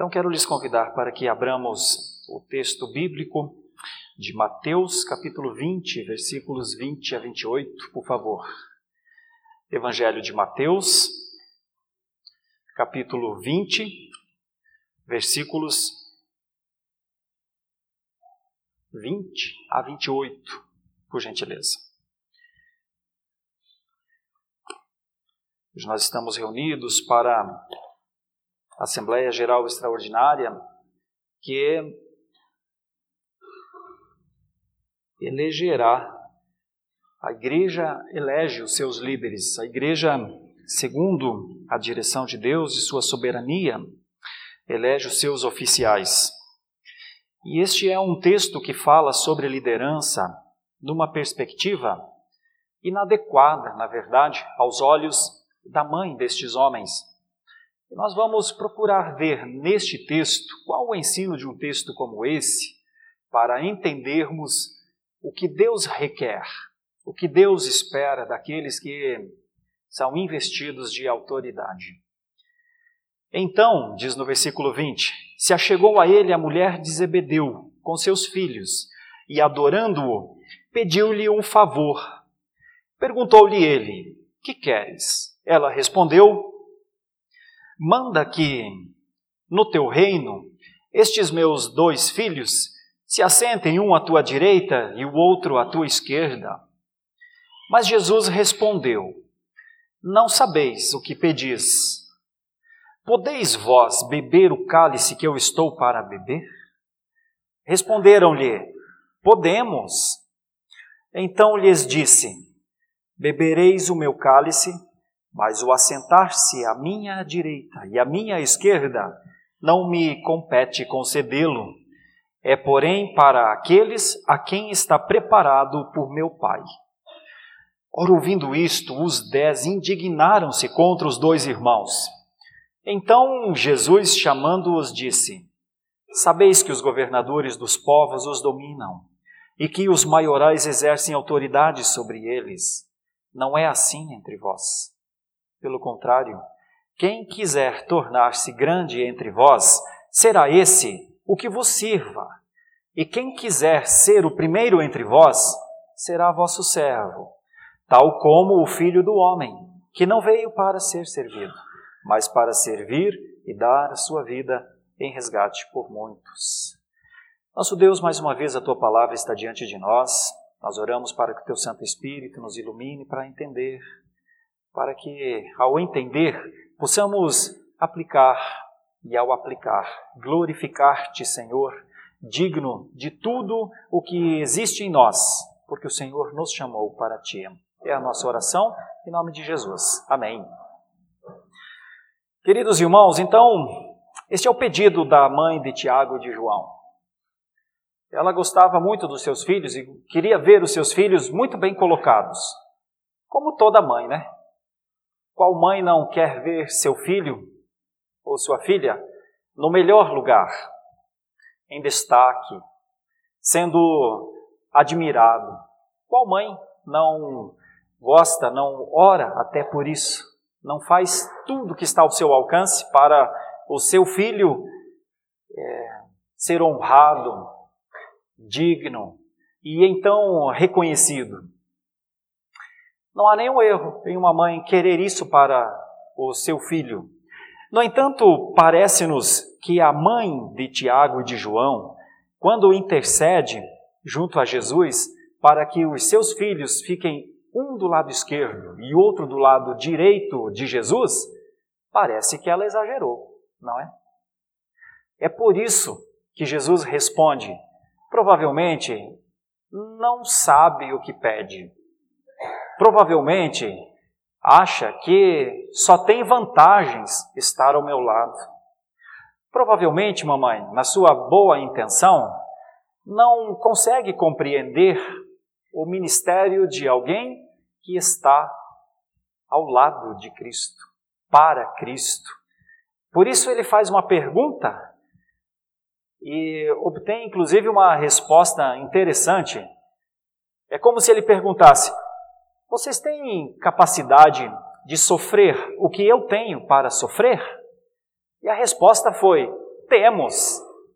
Então quero lhes convidar para que abramos o texto bíblico de Mateus, capítulo 20, versículos 20 a 28, por favor. Evangelho de Mateus, capítulo 20, versículos 20 a 28, por gentileza. Hoje nós estamos reunidos para a Assembleia Geral Extraordinária, que elegerá, a igreja elege os seus líderes, a igreja, segundo a direção de Deus e sua soberania, elege os seus oficiais. E este é um texto que fala sobre liderança numa perspectiva inadequada, na verdade, aos olhos da mãe destes homens. E nós vamos procurar ver neste texto qual o ensino de um texto como esse para entendermos o que Deus requer, o que Deus espera daqueles que são investidos de autoridade. Então, diz no versículo 20, se achegou a ele a mulher de Zebedeu com seus filhos e, adorando-o, pediu-lhe um favor. Perguntou-lhe ele, que queres? Ela respondeu, manda que, no teu reino, estes meus 2 filhos se assentem, um à tua direita e o outro à tua esquerda. Mas Jesus respondeu, não sabeis o que pedis. Podeis vós beber o cálice que eu estou para beber? Responderam-lhe, podemos. Então lhes disse, bebereis o meu cálice, mas o assentar-se à minha direita e à minha esquerda não me compete concedê-lo. É, porém, para aqueles a quem está preparado por meu Pai. Ora, ouvindo isto, os 10 indignaram-se contra os 2 irmãos. Então Jesus, chamando-os, disse, sabeis que os governadores dos povos os dominam e que os maiorais exercem autoridade sobre eles. Não é assim entre vós. Pelo contrário, quem quiser tornar-se grande entre vós, será esse o que vos sirva. E quem quiser ser o primeiro entre vós, será vosso servo, tal como o Filho do Homem, que não veio para ser servido, mas para servir e dar a sua vida em resgate por muitos. Nosso Deus, mais uma vez a Tua palavra está diante de nós. Nós oramos para que o Teu Santo Espírito nos ilumine para entender, para que, ao entender, possamos aplicar e, ao aplicar, glorificar-te, Senhor, digno de tudo o que existe em nós, porque o Senhor nos chamou para Ti. É a nossa oração, em nome de Jesus. Amém. Queridos irmãos, então, este é o pedido da mãe de Tiago e de João. Ela gostava muito dos seus filhos e queria ver os seus filhos muito bem colocados. Como toda mãe, né? Qual mãe não quer ver seu filho ou sua filha no melhor lugar, em destaque, sendo admirado? Qual mãe não gosta, não ora até por isso? Não faz tudo que está ao seu alcance para o seu filho ser honrado, digno e então reconhecido? Não há nenhum erro em uma mãe querer isso para o seu filho. No entanto, parece-nos que a mãe de Tiago e de João, quando intercede junto a Jesus para que os seus filhos fiquem um do lado esquerdo e outro do lado direito de Jesus, parece que ela exagerou, não é? É por isso que Jesus responde, provavelmente não sabe o que pede. Provavelmente acha que só tem vantagens estar ao meu lado. Provavelmente, mamãe, na sua boa intenção, não consegue compreender o ministério de alguém que está ao lado de Cristo, para Cristo. Por isso ele faz uma pergunta e obtém inclusive uma resposta interessante. É como se ele perguntasse, vocês têm capacidade de sofrer o que eu tenho para sofrer? E a resposta foi, temos.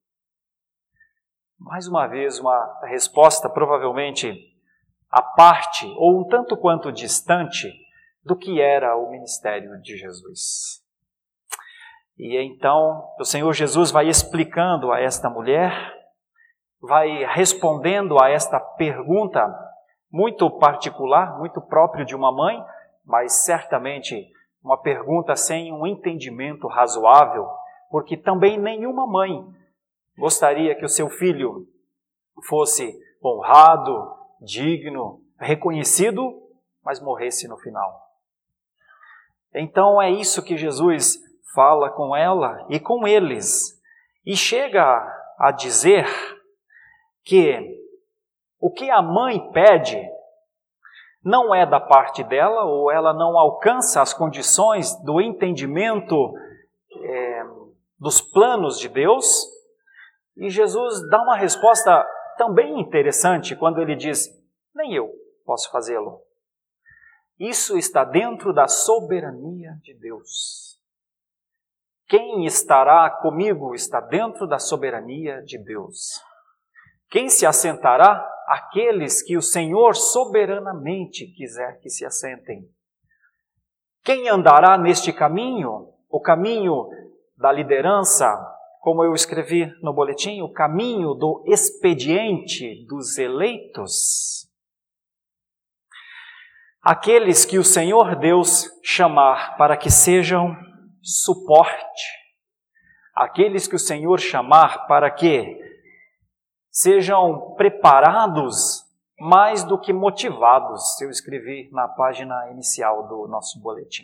Mais uma vez, uma resposta provavelmente à parte, ou um tanto quanto distante, do que era o ministério de Jesus. E então, o Senhor Jesus vai explicando a esta mulher, vai respondendo a esta pergunta muito particular, muito próprio de uma mãe, mas certamente uma pergunta sem um entendimento razoável, porque também nenhuma mãe gostaria que o seu filho fosse honrado, digno, reconhecido, mas morresse no final. Então é isso que Jesus fala com ela e com eles, e chega a dizer que o que a mãe pede não é da parte dela, ou ela não alcança as condições do entendimento dos planos de Deus. E Jesus dá uma resposta também interessante quando ele diz: nem eu posso fazê-lo. Isso está dentro da soberania de Deus. Quem estará comigo está dentro da soberania de Deus. Quem se assentará? Aqueles que o Senhor soberanamente quiser que se assentem. Quem andará neste caminho? O caminho da liderança, como eu escrevi no boletim, o caminho do expediente dos eleitos. Aqueles que o Senhor Deus chamar para que sejam suporte. Aqueles que o Senhor chamar para que sejam preparados mais do que motivados. Eu escrevi na página inicial do nosso boletim.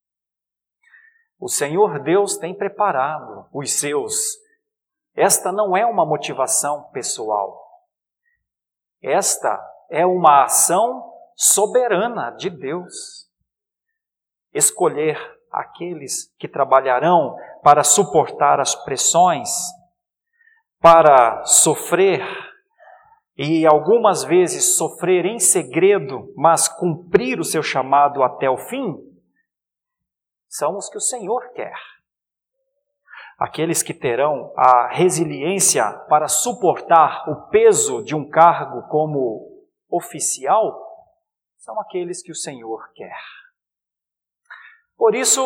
O Senhor Deus tem preparado os seus. Esta não é uma motivação pessoal. Esta é uma ação soberana de Deus. Escolher aqueles que trabalharão para suportar as pressões, para sofrer, e algumas vezes sofrer em segredo, mas cumprir o seu chamado até o fim, são os que o Senhor quer. Aqueles que terão a resiliência para suportar o peso de um cargo como oficial, são aqueles que o Senhor quer. Por isso,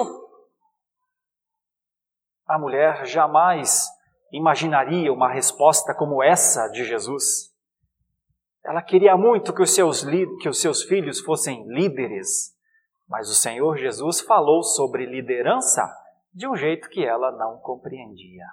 a mulher jamais imaginaria uma resposta como essa de Jesus. Ela queria muito que os seus filhos fossem líderes, mas o Senhor Jesus falou sobre liderança de um jeito que ela não compreendia.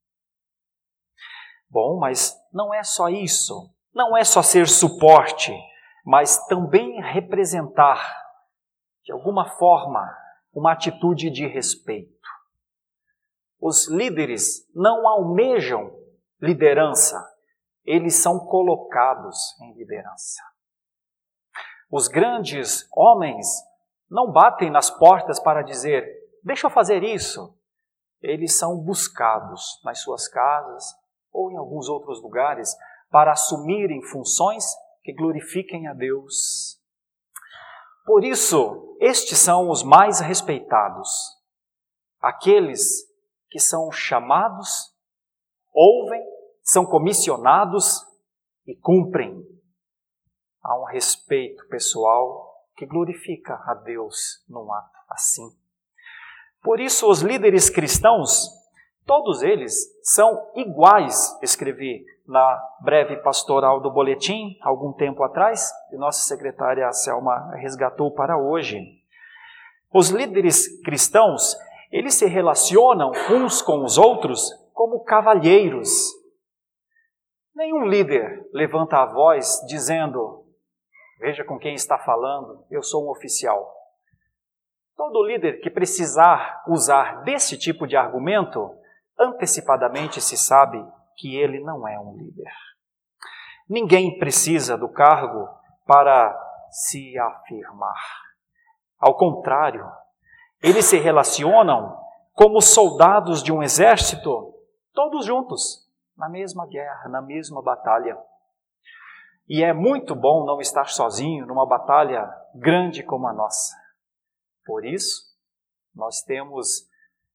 Bom, mas não é só isso. Não é só ser suporte, mas também representar, de alguma forma, uma atitude de respeito. Os líderes não almejam liderança, eles são colocados em liderança. Os grandes homens não batem nas portas para dizer: deixa eu fazer isso. Eles são buscados nas suas casas ou em alguns outros lugares para assumirem funções que glorifiquem a Deus. Por isso, estes são os mais respeitados. Aqueles que são chamados, ouvem, são comissionados e cumprem. Há um respeito pessoal que glorifica a Deus num ato assim. Por isso, os líderes cristãos, todos eles são iguais. Escrevi na breve pastoral do boletim, algum tempo atrás, e nossa secretária Selma resgatou para hoje. Os líderes cristãos, eles se relacionam uns com os outros como cavalheiros. Nenhum líder levanta a voz dizendo: veja com quem está falando, eu sou um oficial. Todo líder que precisar usar desse tipo de argumento, antecipadamente se sabe que ele não é um líder. Ninguém precisa do cargo para se afirmar. Ao contrário, eles se relacionam como soldados de um exército, todos juntos, na mesma guerra, na mesma batalha. E é muito bom não estar sozinho numa batalha grande como a nossa. Por isso, nós temos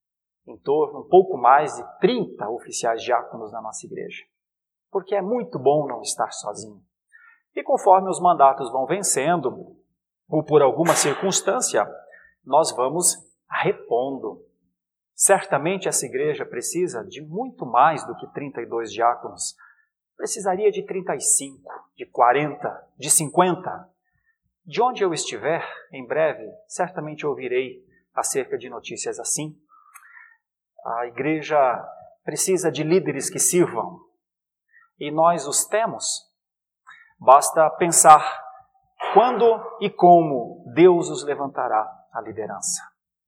em torno, um pouco mais de 30 oficiais diáconos na nossa igreja. Porque é muito bom não estar sozinho. E conforme os mandatos vão vencendo, ou por alguma circunstância, nós vamos repondo. Certamente essa igreja precisa de muito mais do que 32 diáconos. Precisaria de 35, de 40, de 50. De onde eu estiver, em breve, certamente ouvirei acerca de notícias assim. A igreja precisa de líderes que sirvam. E nós os temos. Basta pensar quando e como Deus os levantará à liderança.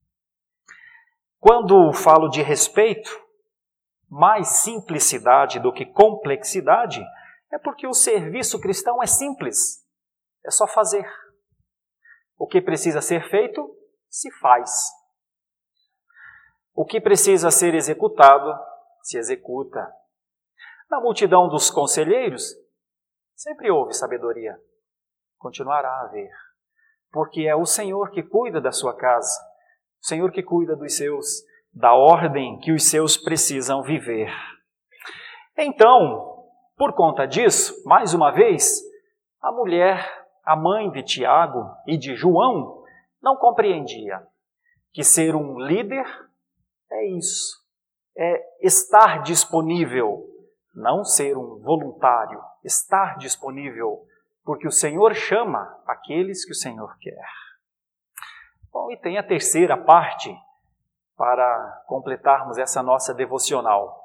Quando falo de respeito, mais simplicidade do que complexidade, é porque o serviço cristão é simples. É só fazer. O que precisa ser feito, se faz. O que precisa ser executado, se executa. Na multidão dos conselheiros, sempre houve sabedoria. Continuará a haver. Porque é o Senhor que cuida da sua casa. O Senhor que cuida dos seus, da ordem que os seus precisam viver. Então, por conta disso, mais uma vez, a mulher, a mãe de Tiago e de João, não compreendia que ser um líder é isso. É estar disponível, não ser um voluntário. Estar disponível, porque o Senhor chama aqueles que o Senhor quer. Bom, e tem a terceira parte para completarmos essa nossa devocional.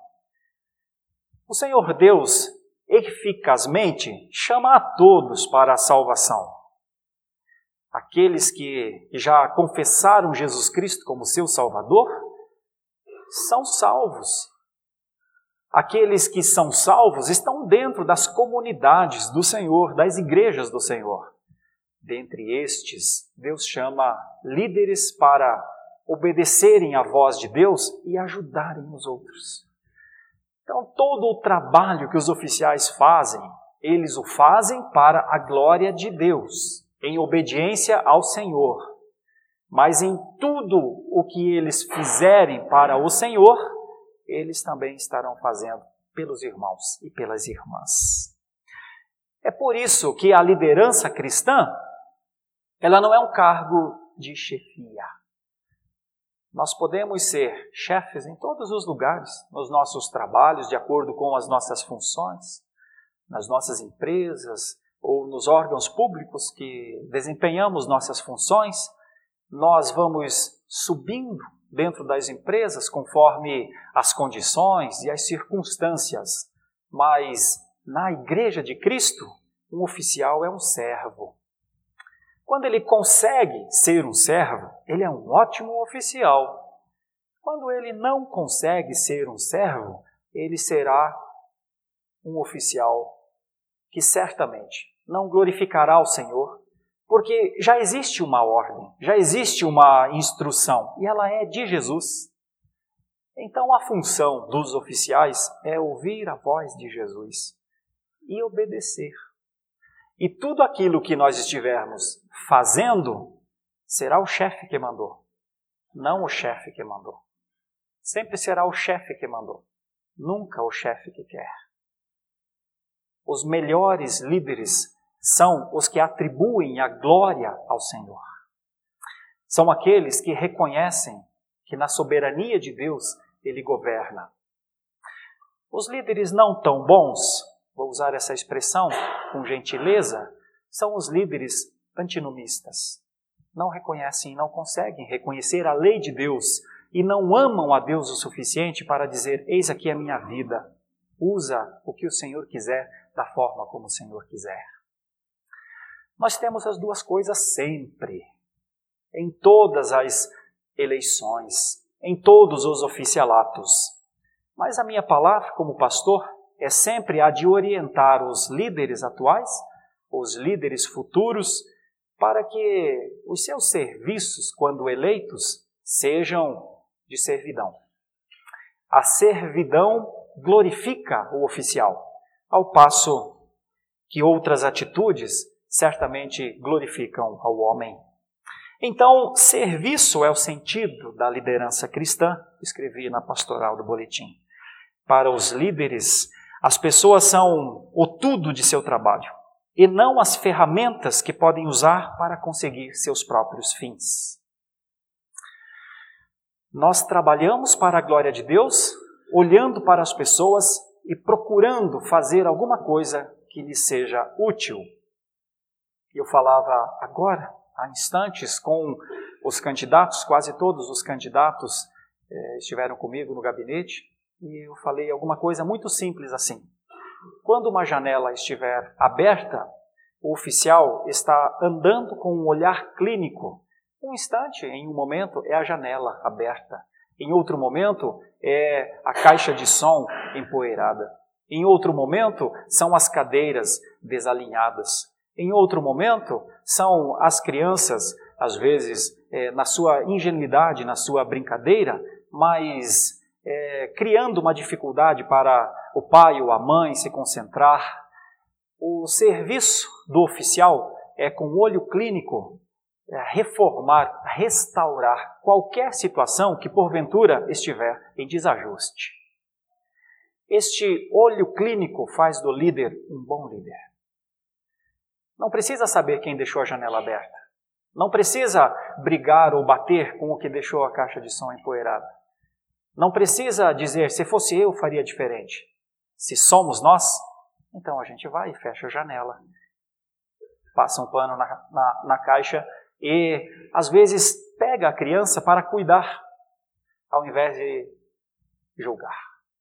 O Senhor Deus eficazmente chama a todos para a salvação. Aqueles que já confessaram Jesus Cristo como seu Salvador são salvos. Aqueles que são salvos estão dentro das comunidades do Senhor, das igrejas do Senhor. Dentre estes, Deus chama líderes para obedecerem à voz de Deus e ajudarem os outros. Então, todo o trabalho que os oficiais fazem, eles o fazem para a glória de Deus, em obediência ao Senhor. Mas em tudo o que eles fizerem para o Senhor, eles também estarão fazendo pelos irmãos e pelas irmãs. É por isso que a liderança cristã, ela não é um cargo de chefia. Nós podemos ser chefes em todos os lugares, nos nossos trabalhos, de acordo com as nossas funções, nas nossas empresas ou nos órgãos públicos que desempenhamos nossas funções. Nós vamos subindo dentro das empresas conforme as condições e as circunstâncias. Mas na Igreja de Cristo, um oficial é um servo. Quando ele consegue ser um servo, ele é um ótimo oficial. Quando ele não consegue ser um servo, ele será um oficial que certamente não glorificará o Senhor, porque já existe uma ordem, já existe uma instrução, e ela é de Jesus. Então a função dos oficiais é ouvir a voz de Jesus e obedecer. E tudo aquilo que nós estivermos fazendo, será o chefe que mandou, não o chefe que mandou. Sempre será o chefe que mandou, nunca o chefe que quer. Os melhores líderes são os que atribuem a glória ao Senhor. São aqueles que reconhecem que na soberania de Deus Ele governa. Os líderes não tão bons, vou usar essa expressão com gentileza, são os líderes antinomistas. Não reconhecem, não conseguem reconhecer a lei de Deus e não amam a Deus o suficiente para dizer: eis aqui a minha vida, usa o que o Senhor quiser, da forma como o Senhor quiser. Nós temos as duas coisas sempre, em todas as eleições, em todos os oficialatos. Mas a minha palavra como pastor é sempre a de orientar os líderes atuais, os líderes futuros, para que os seus serviços, quando eleitos, sejam de servidão. A servidão glorifica o oficial, ao passo que outras atitudes certamente glorificam ao homem. Então, serviço é o sentido da liderança cristã, escrevi na pastoral do boletim. Para os líderes, as pessoas são o tudo de seu trabalho, e não as ferramentas que podem usar para conseguir seus próprios fins. Nós trabalhamos para a glória de Deus, olhando para as pessoas e procurando fazer alguma coisa que lhes seja útil. Eu falava agora, há instantes, com os candidatos, quase todos os candidatos estiveram comigo no gabinete, e eu falei alguma coisa muito simples assim. Quando uma janela estiver aberta, o oficial está andando com um olhar clínico. Um instante, em um momento, é a janela aberta. Em outro momento, é a caixa de som empoeirada. Em outro momento, são as cadeiras desalinhadas. Em outro momento, são as crianças, às vezes, na sua ingenuidade, na sua brincadeira, mas criando uma dificuldade para o pai ou a mãe se concentrar. O serviço do oficial é, com olho clínico, reformar, restaurar qualquer situação que porventura estiver em desajuste. Este olho clínico faz do líder um bom líder. Não precisa saber quem deixou a janela aberta. Não precisa brigar ou bater com o que deixou a caixa de som empoeirada. Não precisa dizer, se fosse eu, faria diferente. Se somos nós, então a gente vai e fecha a janela. Passa um pano na caixa e, às vezes, pega a criança para cuidar, ao invés de julgar.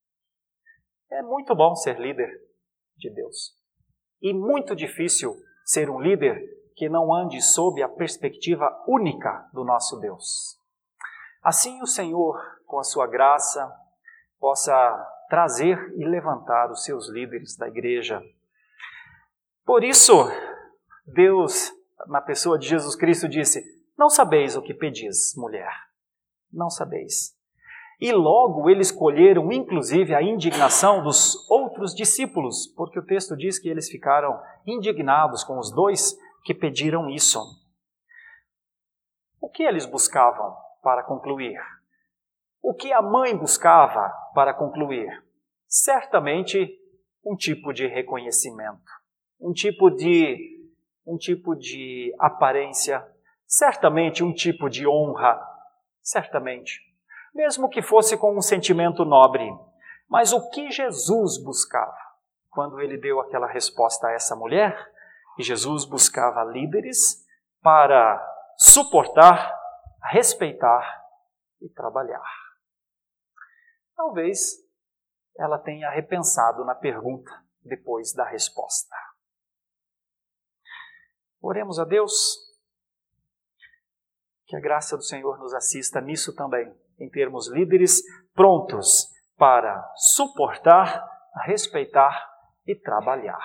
É muito bom ser líder de Deus. E muito difícil ser um líder que não ande sob a perspectiva única do nosso Deus. Assim o Senhor, com a sua graça, possa trazer e levantar os seus líderes da igreja. Por isso, Deus, na pessoa de Jesus Cristo, disse, não sabeis o que pedis, mulher, não sabeis. E logo eles colheram, inclusive, a indignação dos outros discípulos, porque o texto diz que eles ficaram indignados com os dois que pediram isso. O que eles buscavam para concluir? O que a mãe buscava para concluir? Certamente um tipo de reconhecimento, um tipo de aparência, certamente um tipo de honra, certamente. Mesmo que fosse com um sentimento nobre. Mas o que Jesus buscava quando ele deu aquela resposta a essa mulher? E Jesus buscava líderes para suportar, respeitar e trabalhar. Talvez ela tenha repensado na pergunta depois da resposta. Oremos a Deus, que a graça do Senhor nos assista nisso também, em termos líderes prontos para suportar, respeitar e trabalhar.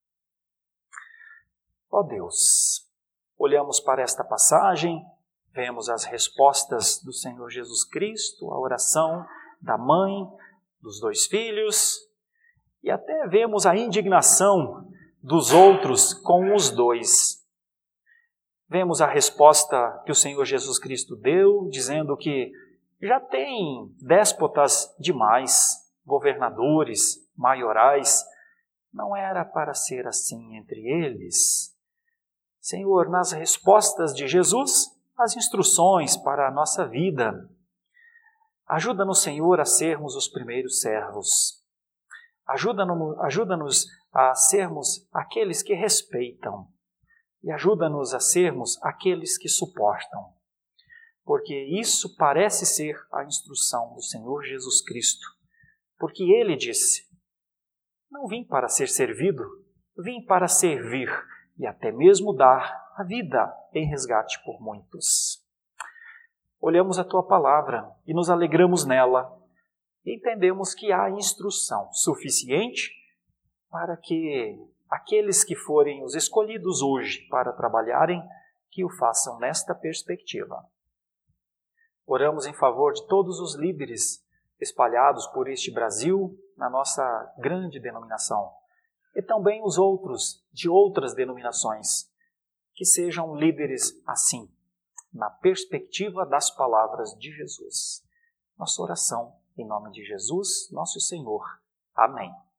Ó Deus, olhamos para esta passagem, vemos as respostas do Senhor Jesus Cristo, a oração da mãe, dos dois filhos, e até vemos a indignação dos outros com os dois. Vemos a resposta que o Senhor Jesus Cristo deu, dizendo que já tem déspotas demais, governadores, maiorais. Não era para ser assim entre eles. Senhor, nas respostas de Jesus, as instruções para a nossa vida. Ajuda-nos, Senhor, a sermos os primeiros servos. Ajuda-nos a sermos aqueles que respeitam. E ajuda-nos a sermos aqueles que suportam. Porque isso parece ser a instrução do Senhor Jesus Cristo. Porque Ele disse, não vim para ser servido, vim para servir e até mesmo dar a vida em resgate por muitos. Olhamos a Tua palavra e nos alegramos nela. E entendemos que há instrução suficiente para que aqueles que forem os escolhidos hoje para trabalharem, que o façam nesta perspectiva. Oramos em favor de todos os líderes espalhados por este Brasil, na nossa grande denominação, e também os outros de outras denominações, que sejam líderes assim, na perspectiva das palavras de Jesus. Nossa oração, em nome de Jesus, nosso Senhor. Amém.